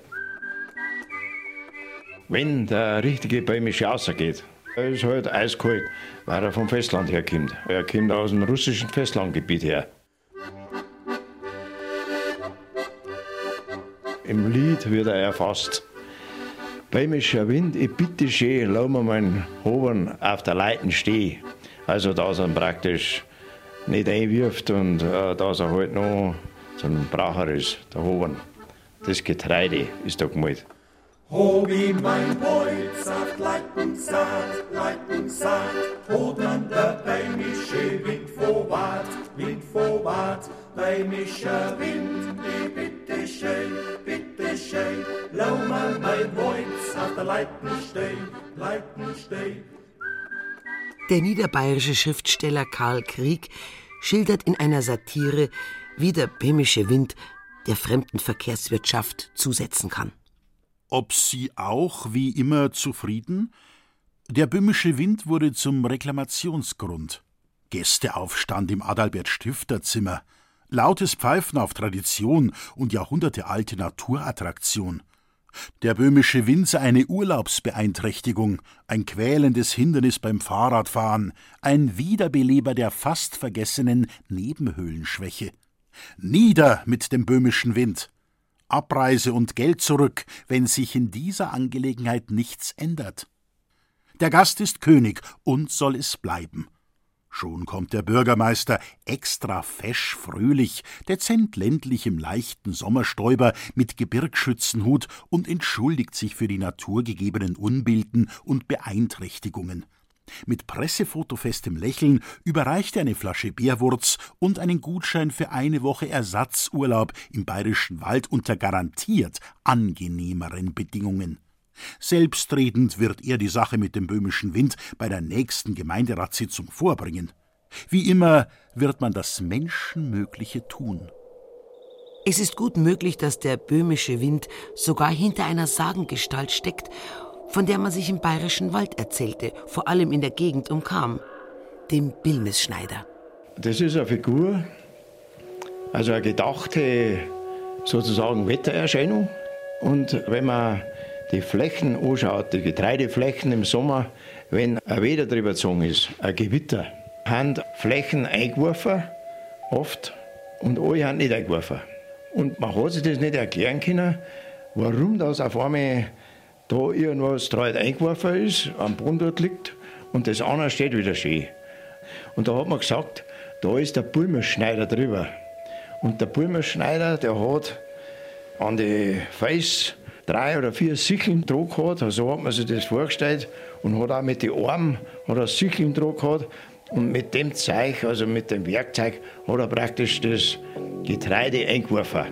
Wenn der richtige Böhmische rausgeht, ist halt eiskalt, weil er vom Festland herkommt. Er kommt aus dem russischen Festlandgebiet her. Im Lied wird er erfasst. Böhmischer Wind, ich bitte schön, lass mir meinen Hobern auf der Leiten stehen. Also da sind praktisch nicht einwirft und dass er halt noch so ein Bracher ist, der Hobern. Das Getreide ist da gemalt. Hobi mein Bolz auf Leiten saat, Hodern der böhmische Wind vorwart, böhmischer Wind, bitte schön, lau mal mein Bolz auf der Leiten steh. Der niederbayerische Schriftsteller Karl Krieg schildert in einer Satire, wie der böhmische Wind der Fremdenverkehrswirtschaft zusetzen kann. Ob sie auch wie immer zufrieden? Der böhmische Wind wurde zum Reklamationsgrund. Gästeaufstand im Adalbert-Stifter-Zimmer, lautes Pfeifen auf Tradition und jahrhundertealte Naturattraktion. Der böhmische Wind sei eine Urlaubsbeeinträchtigung, ein quälendes Hindernis beim Fahrradfahren, ein Wiederbeleber der fast vergessenen Nebenhöhlenschwäche. Nieder mit dem böhmischen Wind! Abreise und Geld zurück, wenn sich in dieser Angelegenheit nichts ändert. Der Gast ist König und soll es bleiben. Schon kommt der Bürgermeister extra fesch fröhlich, dezent ländlich im leichten Sommerstäuber mit Gebirgsschützenhut und entschuldigt sich für die naturgegebenen Unbilden und Beeinträchtigungen. Mit pressefotofestem Lächeln überreicht er eine Flasche Bärwurz und einen Gutschein für eine Woche Ersatzurlaub im Bayerischen Wald unter garantiert angenehmeren Bedingungen. Selbstredend wird er die Sache mit dem böhmischen Wind bei der nächsten Gemeinderatssitzung vorbringen. Wie immer wird man das Menschenmögliche tun. Es ist gut möglich, dass der böhmische Wind sogar hinter einer Sagengestalt steckt, von der man sich im Bayerischen Wald erzählte, vor allem in der Gegend um Cham, dem Bilmesschneider. Das ist eine Figur, also eine gedachte sozusagen Wettererscheinung. Und wenn man die Flächen anschaut, die Getreideflächen im Sommer, wenn ein Wetter drüber gezogen ist, ein Gewitter, haben Flächen eingeworfen, oft, und alle haben nicht eingeworfen. Und man hat sich das nicht erklären können, warum das auf einmal da irgendwas drauf eingeworfen ist, am Boden dort liegt, und das andere steht wieder schön. Und da hat man gesagt, da ist der Bilmesschneider drüber. Und der Bilmesschneider, der hat an die Fäuste 3 oder 4 Sicheln dran gehabt, so hat man sich das vorgestellt, und hat auch mit den Armen Sicheln dran gehabt, und mit dem Zeug, also mit dem Werkzeug, hat er praktisch das Getreide eingeworfen.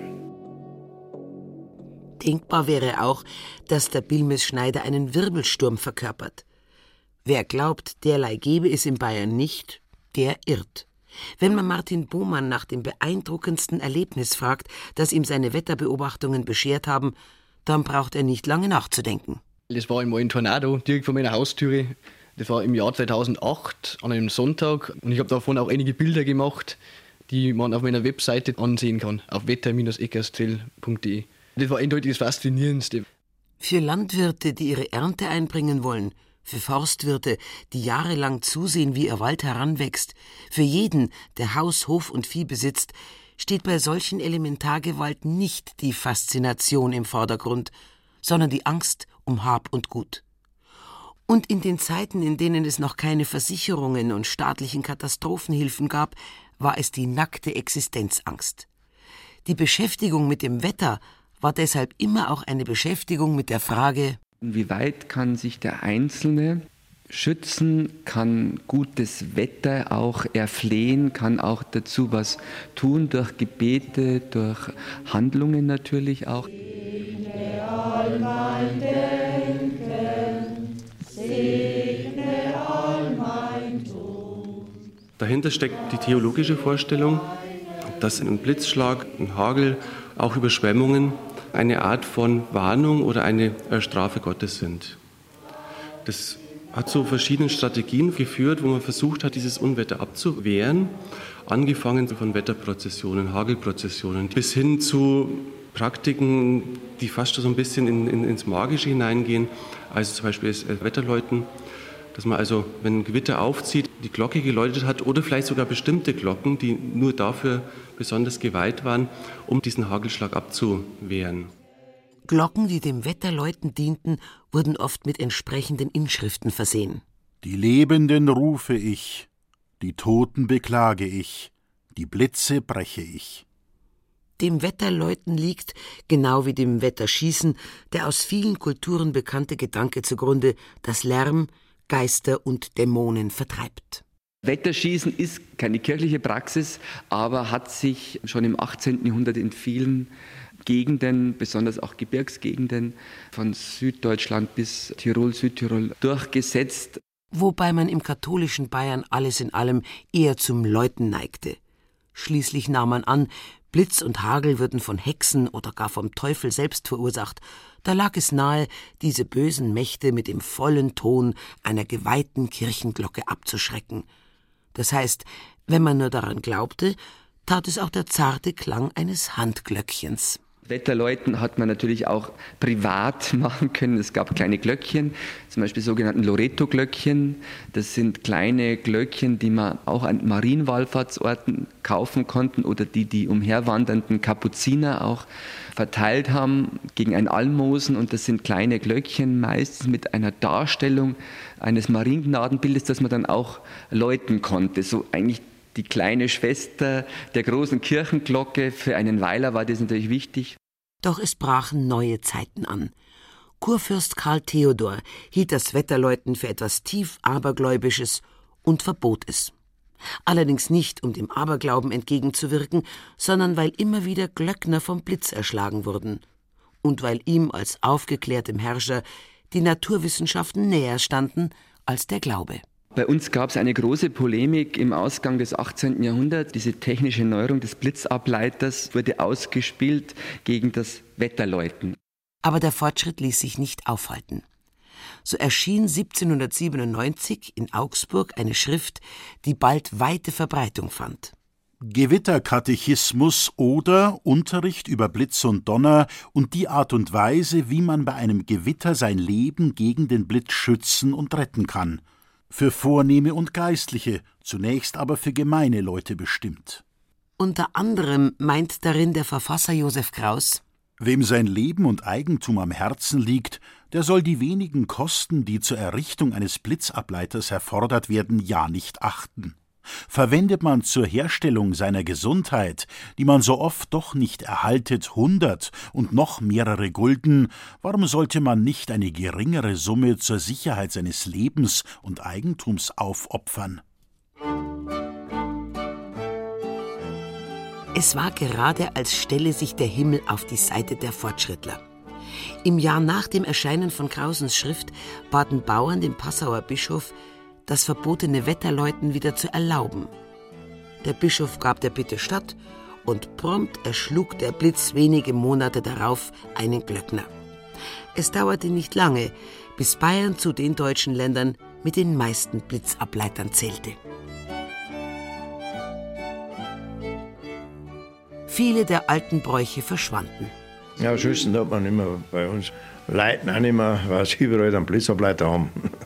Denkbar wäre auch, dass der Bilmesschneider einen Wirbelsturm verkörpert. Wer glaubt, derlei gebe es in Bayern nicht, der irrt. Wenn man Martin Bohmann nach dem beeindruckendsten Erlebnis fragt, das ihm seine Wetterbeobachtungen beschert haben, dann braucht er nicht lange nachzudenken. Das war einmal ein Tornado direkt vor meiner Haustüre. Das war im Jahr 2008 an einem Sonntag, und ich habe davon auch einige Bilder gemacht, die man auf meiner Webseite ansehen kann, auf wetter-eckerszell.de. Das war eindeutig das Faszinierendste. Für Landwirte, die ihre Ernte einbringen wollen, für Forstwirte, die jahrelang zusehen, wie ihr Wald heranwächst, für jeden, der Haus, Hof und Vieh besitzt, steht bei solchen Elementargewalt nicht die Faszination im Vordergrund, sondern die Angst um Hab und Gut. Und in den Zeiten, in denen es noch keine Versicherungen und staatlichen Katastrophenhilfen gab, war es die nackte Existenzangst. Die Beschäftigung mit dem Wetter war deshalb immer auch eine Beschäftigung mit der Frage: Inwieweit kann sich der Einzelne schützen, kann gutes Wetter auch erflehen, kann auch dazu was tun, durch Gebete, durch Handlungen natürlich auch. Segne all mein Denken, segne all mein Tun. Dahinter steckt die theologische Vorstellung, dass ein Blitzschlag, ein Hagel, auch Überschwemmungen eine Art von Warnung oder eine Strafe Gottes sind. Das hat zu verschiedenen Strategien geführt, wo man versucht hat, dieses Unwetter abzuwehren, angefangen von Wetterprozessionen, Hagelprozessionen, bis hin zu Praktiken, die fast so ein bisschen ins Magische hineingehen, also zum Beispiel das Wetterläuten, dass man also, wenn ein Gewitter aufzieht, die Glocke geläutet hat oder vielleicht sogar bestimmte Glocken, die nur dafür besonders geweiht waren, um diesen Hagelschlag abzuwehren. Glocken, die dem Wetterläuten dienten, wurden oft mit entsprechenden Inschriften versehen. Die Lebenden rufe ich, die Toten beklage ich, die Blitze breche ich. Dem Wetterläuten liegt, genau wie dem Wetterschießen, der aus vielen Kulturen bekannte Gedanke zugrunde, dass Lärm Geister und Dämonen vertreibt. Wetterschießen ist keine kirchliche Praxis, aber hat sich schon im 18. Jahrhundert in vielen Gegenden, besonders auch Gebirgsgegenden, von Süddeutschland bis Tirol, Südtirol durchgesetzt. Wobei man im katholischen Bayern alles in allem eher zum Läuten neigte. Schließlich nahm man an, Blitz und Hagel würden von Hexen oder gar vom Teufel selbst verursacht. Da lag es nahe, diese bösen Mächte mit dem vollen Ton einer geweihten Kirchenglocke abzuschrecken. Das heißt, wenn man nur daran glaubte, tat es auch der zarte Klang eines Handglöckchens. Wetterläuten hat man natürlich auch privat machen können. Es gab kleine Glöckchen, zum Beispiel sogenannten Loreto-Glöckchen. Das sind kleine Glöckchen, die man auch an Marienwallfahrtsorten kaufen konnten oder die umherwandernden Kapuziner auch verteilt haben gegen ein Almosen. Und das sind kleine Glöckchen, meistens mit einer Darstellung eines Mariengnadenbildes, das man dann auch läuten konnte. So eigentlich die kleine Schwester der großen Kirchenglocke. Für einen Weiler war das natürlich wichtig. Doch es brachen neue Zeiten an. Kurfürst Karl Theodor hielt das Wetterläuten für etwas tief Abergläubisches und verbot es. Allerdings nicht, um dem Aberglauben entgegenzuwirken, sondern weil immer wieder Glöckner vom Blitz erschlagen wurden. Und weil ihm als aufgeklärtem Herrscher die Naturwissenschaften näher standen als der Glaube. Bei uns gab es eine große Polemik im Ausgang des 18. Jahrhunderts. Diese technische Neuerung des Blitzableiters wurde ausgespielt gegen das Wetterläuten. Aber der Fortschritt ließ sich nicht aufhalten. So erschien 1797 in Augsburg eine Schrift, die bald weite Verbreitung fand. Gewitterkatechismus oder Unterricht über Blitz und Donner und die Art und Weise, wie man bei einem Gewitter sein Leben gegen den Blitz schützen und retten kann. Für Vornehme und Geistliche, zunächst aber für gemeine Leute bestimmt. Unter anderem meint darin der Verfasser Josef Kraus: Wem sein Leben und Eigentum am Herzen liegt, der soll die wenigen Kosten, die zur Errichtung eines Blitzableiters erfordert werden, ja nicht achten. Verwendet man zur Herstellung seiner Gesundheit, die man so oft doch nicht erhaltet, 100 und noch mehrere Gulden, warum sollte man nicht eine geringere Summe zur Sicherheit seines Lebens und Eigentums aufopfern? Es war gerade, als stelle sich der Himmel auf die Seite der Fortschrittler. Im Jahr nach dem Erscheinen von Krausens Schrift baten Bauern den Passauer Bischof, das verbotene Wetterläuten wieder zu erlauben. Der Bischof gab der Bitte statt und prompt erschlug der Blitz wenige Monate darauf einen Glöckner. Es dauerte nicht lange, bis Bayern zu den deutschen Ländern mit den meisten Blitzableitern zählte. Viele der alten Bräuche verschwanden. Ja, schüssen hat man immer bei uns. Leuten auch nicht mehr, weil sie überall einen Blitzableiter haben.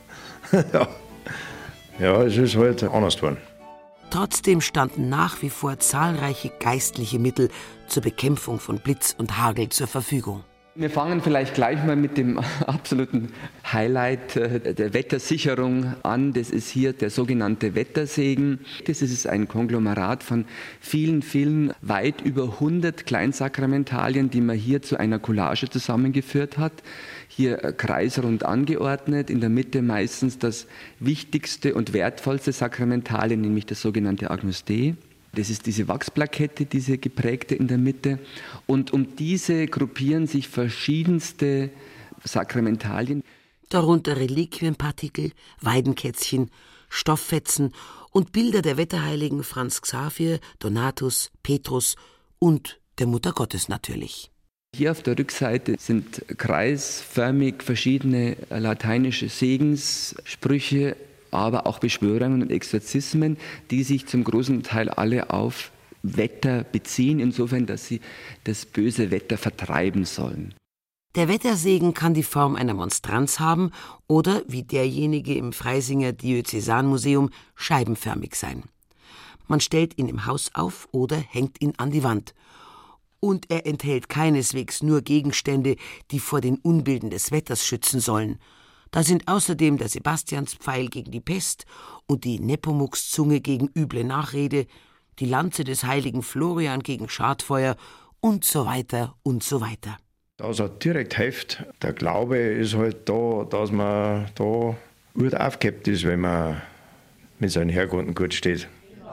Ja, es ist halt anders geworden. Trotzdem standen nach wie vor zahlreiche geistliche Mittel zur Bekämpfung von Blitz und Hagel zur Verfügung. Wir fangen vielleicht gleich mal mit dem absoluten Highlight der Wettersicherung an. Das ist hier der sogenannte Wettersegen. Das ist ein Konglomerat von vielen, weit über 100 Kleinsakramentalien, die man hier zu einer Collage zusammengeführt hat. Hier kreisrund angeordnet, in der Mitte meistens das wichtigste und wertvollste Sakramentalien, nämlich das sogenannte Agnus Dei. Das ist diese Wachsplakette, diese geprägte in der Mitte. Und um diese gruppieren sich verschiedenste Sakramentalien. Darunter Reliquienpartikel, Weidenkätzchen, Stofffetzen und Bilder der Wetterheiligen Franz Xaver, Donatus, Petrus und der Mutter Gottes natürlich. Hier auf der Rückseite sind kreisförmig verschiedene lateinische Segenssprüche, aber auch Beschwörungen und Exorzismen, die sich zum großen Teil alle auf Wetter beziehen, insofern, dass sie das böse Wetter vertreiben sollen. Der Wettersegen kann die Form einer Monstranz haben oder, wie derjenige im Freisinger Diözesanmuseum, scheibenförmig sein. Man stellt ihn im Haus auf oder hängt ihn an die Wand. Und er enthält keineswegs nur Gegenstände, die vor den Unbilden des Wetters schützen sollen. Da sind außerdem der Sebastianspfeil gegen die Pest und die Nepomukszunge gegen üble Nachrede, die Lanze des heiligen Florian gegen Schadfeuer und so weiter und so weiter. Das hat direkt hilft. Der Glaube ist halt da, dass man da gut aufgehebt ist, wenn man mit seinen Herrgott gut steht.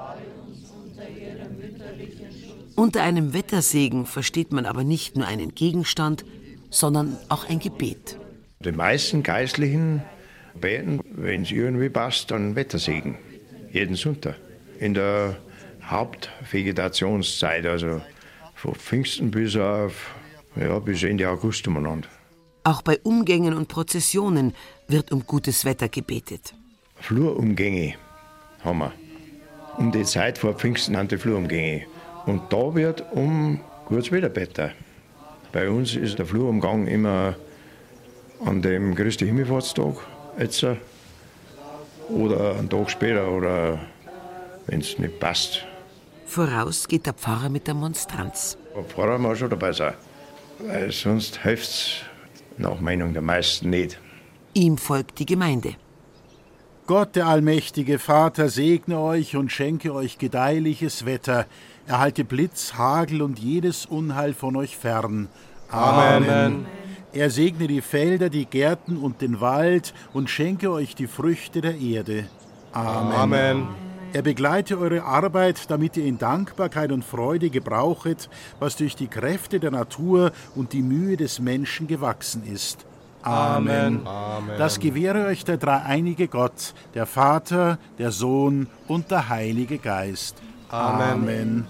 Unter einem Wettersegen versteht man aber nicht nur einen Gegenstand, sondern auch ein Gebet. Die meisten Geistlichen beten, wenn es irgendwie passt, dann Wettersegen. Jeden Sonntag. In der Hauptvegetationszeit, also von Pfingsten bis Ende August umeinander. Auch bei Umgängen und Prozessionen wird um gutes Wetter gebetet. Flurumgänge haben wir. Um die Zeit vor Pfingsten haben die Flurumgänge. Und da wird um gutes Wetter gebeten. Bei uns ist der Flurumgang immer an dem Christi Himmelfahrtstag jetzt oder einen Tag später oder wenn es nicht passt. Voraus geht der Pfarrer mit der Monstranz. Der Pfarrer muss schon dabei sein, weil sonst hilft es nach Meinung der meisten nicht. Ihm folgt die Gemeinde. Gott, der allmächtige Vater, segne euch und schenke euch gedeihliches Wetter. Erhalte Blitz, Hagel und jedes Unheil von euch fern. Amen. Er segne die Felder, die Gärten und den Wald und schenke euch die Früchte der Erde. Amen. Er begleite eure Arbeit, damit ihr in Dankbarkeit und Freude gebrauchet, was durch die Kräfte der Natur und die Mühe des Menschen gewachsen ist. Amen. Das gewähre euch der dreieinige Gott, der Vater, der Sohn und der Heilige Geist. Amen.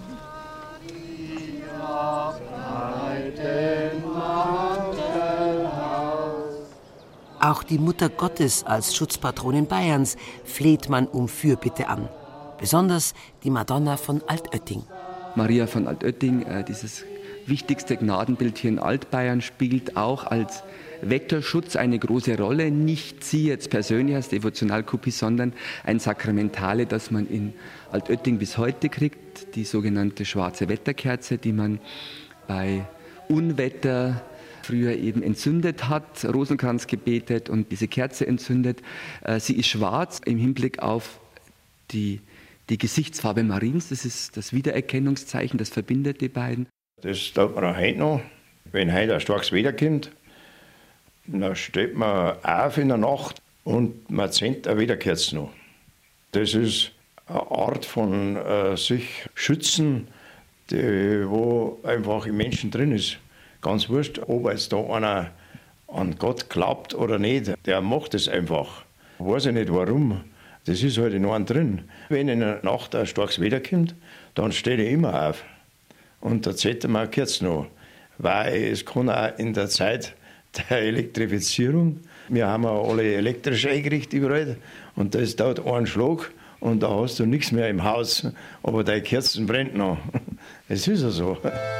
Auch die Mutter Gottes als Schutzpatronin Bayerns fleht man um Fürbitte an. Besonders die Madonna von Altötting. Maria von Altötting, dieses wichtigste Gnadenbild hier in Altbayern, spielt auch als Wetterschutz eine große Rolle. Nicht sie jetzt persönlich als Devotionalkopie, sondern ein Sakramentale, das man in Altötting bis heute kriegt. Die sogenannte schwarze Wetterkerze, die man bei Unwetter früher eben entzündet hat, Rosenkranz gebetet und diese Kerze entzündet. Sie ist schwarz im Hinblick auf die Gesichtsfarbe Mariens. Das ist das Wiedererkennungszeichen, das verbindet die beiden. Das tut man auch heute noch. Wenn heute ein starkes Wetter kommt, dann steht man auf in der Nacht und man zündet eine Wetterkerze noch. Das ist eine Art von sich schützen, wo einfach im Menschen drin ist. Ganz wurscht, ob jetzt da einer an Gott glaubt oder nicht, der macht es einfach. Weiß ich nicht warum, das ist halt in einem drin. Wenn in der Nacht ein starkes Wetter kommt, dann steht ich immer auf. Und da zählt man kurz noch, weil es kann auch in der Zeit der Elektrifizierung, wir haben ja alle elektrisch eingerichtet überall, und das dauert einen Schlag und da hast du nichts mehr im Haus, aber deine Kerzen brennt noch. Es ist ja so.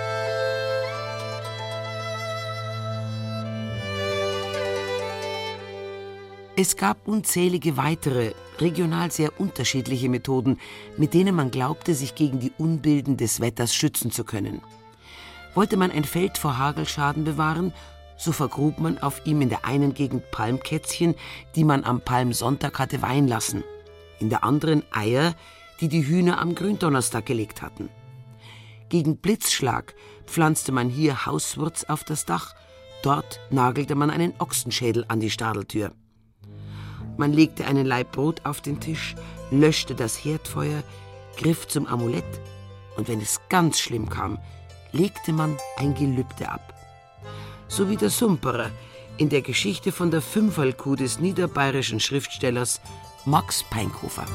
Es gab unzählige weitere, regional sehr unterschiedliche Methoden, mit denen man glaubte, sich gegen die Unbilden des Wetters schützen zu können. Wollte man ein Feld vor Hagelschaden bewahren, so vergrub man auf ihm in der einen Gegend Palmkätzchen, die man am Palmsonntag hatte weihen lassen, in der anderen Eier, die die Hühner am Gründonnerstag gelegt hatten. Gegen Blitzschlag pflanzte man hier Hauswurz auf das Dach, dort nagelte man einen Ochsenschädel an die Stadeltür. Man legte einen Laib Brot auf den Tisch, löschte das Herdfeuer, griff zum Amulett und wenn es ganz schlimm kam, legte man ein Gelübde ab. So wie der Sumperer in der Geschichte von der Fünferlkuh des niederbayerischen Schriftstellers Max Peinkhofer.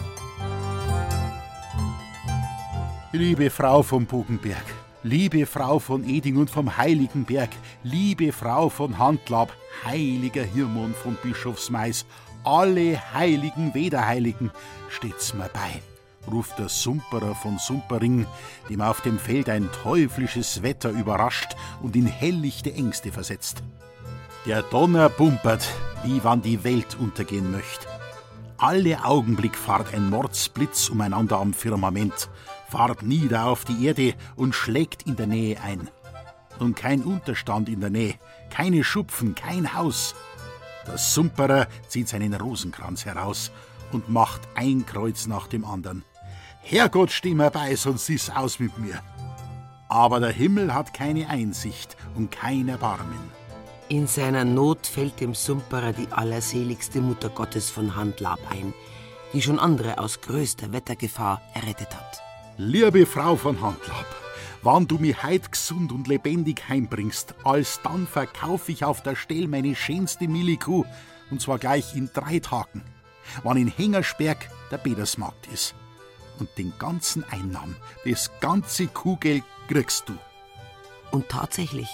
Liebe Frau vom Bogenberg, liebe Frau von Eding und vom Heiligenberg, liebe Frau von Handlab, heiliger Hirmon von Bischofsmais, alle heiligen Wederheiligen, steht's mir bei, ruft der Sumperer von Sumpering, dem auf dem Feld ein teuflisches Wetter überrascht und in helllichte Ängste versetzt. Der Donner bumpert, wie wann die Welt untergehen möcht. Alle Augenblick fahrt ein Mordsblitz umeinander am Firmament, fahrt nieder auf die Erde und schlägt in der Nähe ein. Und kein Unterstand in der Nähe, keine Schupfen, kein Haus. Der Sumperer zieht seinen Rosenkranz heraus und macht ein Kreuz nach dem anderen. Herrgott, steh mir bei, sonst ist's aus mit mir. Aber der Himmel hat keine Einsicht und kein Erbarmen. In seiner Not fällt dem Sumperer die allerseligste Mutter Gottes von Handlab ein, die schon andere aus größter Wettergefahr errettet hat. Liebe Frau von Handlab, wann du mich heut gesund und lebendig heimbringst, alsdann verkauf ich auf der Stell meine schönste Millikuh, und zwar gleich in 3 Tagen, wann in Hengersberg der Petersmarkt ist. Und den ganzen Einnahmen, das ganze Kuhgeld kriegst du. Und tatsächlich,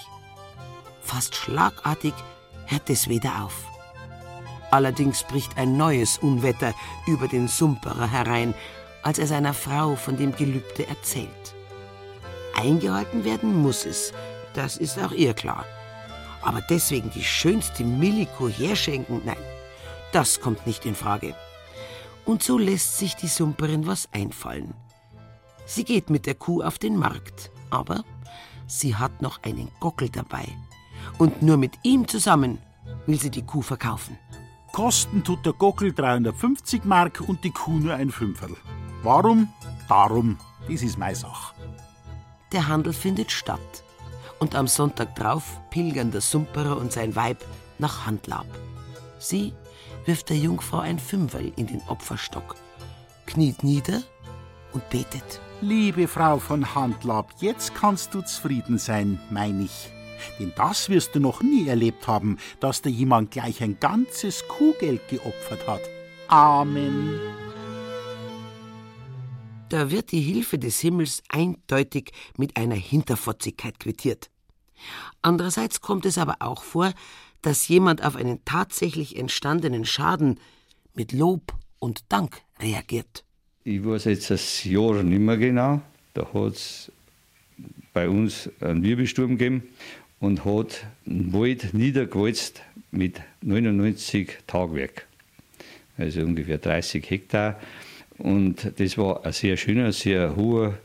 fast schlagartig hört es wieder auf. Allerdings bricht ein neues Unwetter über den Sumperer herein, als er seiner Frau von dem Gelübde erzählt. Eingehalten werden muss es, das ist auch ihr klar. Aber deswegen die schönste Millikuh herschenken, nein, das kommt nicht in Frage. Und so lässt sich die Sumperin was einfallen. Sie geht mit der Kuh auf den Markt, aber sie hat noch einen Gockel dabei. Und nur mit ihm zusammen will sie die Kuh verkaufen. Kosten tut der Gockel 350 Mark und die Kuh nur ein Fünferl. Warum? Darum, das ist meine Sache. Der Handel findet statt. Und am Sonntag drauf pilgern der Sumperer und sein Weib nach Handlab. Sie wirft der Jungfrau ein Fünferl in den Opferstock, kniet nieder und betet. Liebe Frau von Handlab, jetzt kannst du zufrieden sein, mein ich. Denn das wirst du noch nie erlebt haben, dass da jemand gleich ein ganzes Kuhgeld geopfert hat. Amen. Da wird die Hilfe des Himmels eindeutig mit einer Hinterfotzigkeit quittiert. Andererseits kommt es aber auch vor, dass jemand auf einen tatsächlich entstandenen Schaden mit Lob und Dank reagiert. Ich weiß jetzt das Jahr nicht mehr genau. Da hat es bei uns einen Wirbelsturm gegeben und hat einen Wald niedergewalzt mit 99 Tagwerk. Also ungefähr 30 Hektar. Und das war ein sehr schöner, sehr hoher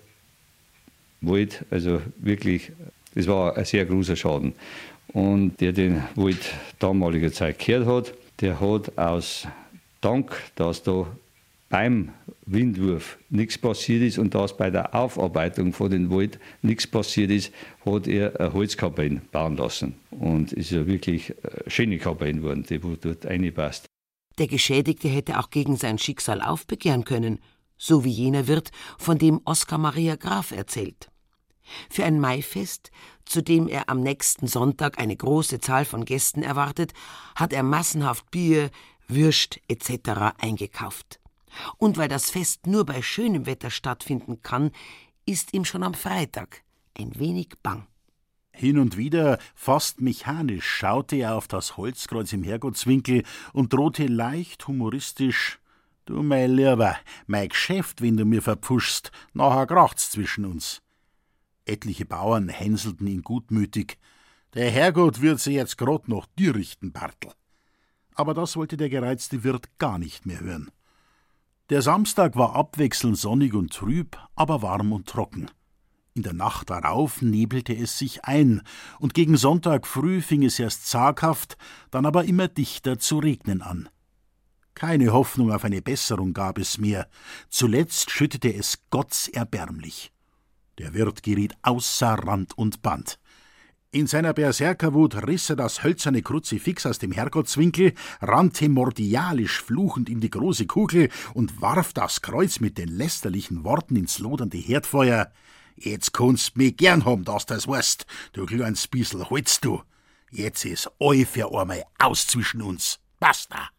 Wald. Also wirklich, das war ein sehr großer Schaden. Und der den Wald damaliger Zeit gehört hat, der hat aus Dank, dass da beim Windwurf nichts passiert ist und dass bei der Aufarbeitung von dem Wald nichts passiert ist, hat er eine Holzkabine bauen lassen. Und es ist ja wirklich eine schöne Kabine geworden, die wo dort reinpasst. Der Geschädigte hätte auch gegen sein Schicksal aufbegehren können, so wie jener Wirt, von dem Oskar Maria Graf erzählt. Für ein Maifest, zu dem er am nächsten Sonntag eine große Zahl von Gästen erwartet, hat er massenhaft Bier, Würst etc. eingekauft. Und weil das Fest nur bei schönem Wetter stattfinden kann, ist ihm schon am Freitag ein wenig bang. Hin und wieder, fast mechanisch, schaute er auf das Holzkreuz im Herrgottswinkel und drohte leicht humoristisch: »Du, mein Lieber, mein Geschäft, wenn du mir verpfuschst, nachher kracht's zwischen uns.« Etliche Bauern hänselten ihn gutmütig. »Der Herrgott wird sie jetzt grad nach dir richten, Bartl.« Aber das wollte der gereizte Wirt gar nicht mehr hören. Der Samstag war abwechselnd sonnig und trüb, aber warm und trocken. In der Nacht darauf nebelte es sich ein, und gegen Sonntag früh fing es erst zaghaft, dann aber immer dichter zu regnen an. Keine Hoffnung auf eine Besserung gab es mehr. Zuletzt schüttete es gottserbärmlich. Der Wirt geriet außer Rand und Band. In seiner Berserkerwut riss er das hölzerne Kruzifix aus dem Herrgottswinkel, rannte mordialisch fluchend in die große Kugel und warf das Kreuz mit den lästerlichen Worten ins lodernde Herdfeuer. »Jetzt kannst mich gern haben, dass du das weißt, du kleines Bissl Holz, du. Jetzt ist all für einmal aus zwischen uns. Basta!«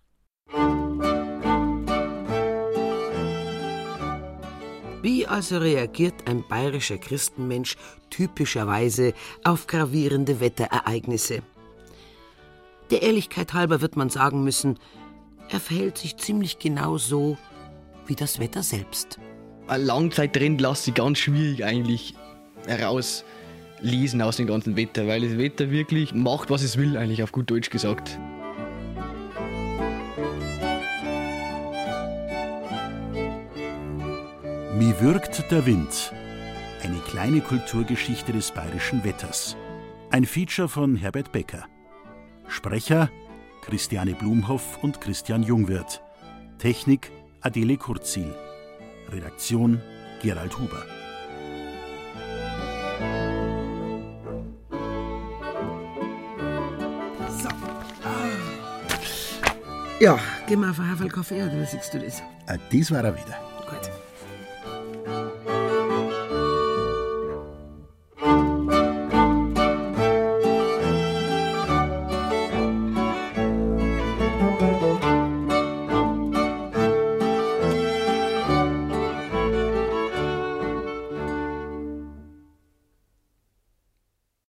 Wie also reagiert ein bayerischer Christenmensch typischerweise auf gravierende Wetterereignisse? Der Ehrlichkeit halber wird man sagen müssen, er verhält sich ziemlich genau so wie das Wetter selbst. Ein Langzeittrend lässt sich ganz schwierig eigentlich herauslesen aus dem ganzen Wetter, weil das Wetter wirklich macht, was es will, eigentlich auf gut Deutsch gesagt. Wie wirkt der Wind? Eine kleine Kulturgeschichte des bayerischen Wetters. Ein Feature von Herbert Becker. Sprecher Christiane Blumhoff und Christian Jungwirth. Technik Adele Kurzil. Redaktion Gerald Huber. So. Ja, gehen wir auf einen Haferl Kaffee, oder wie siehst du das? Das war er wieder.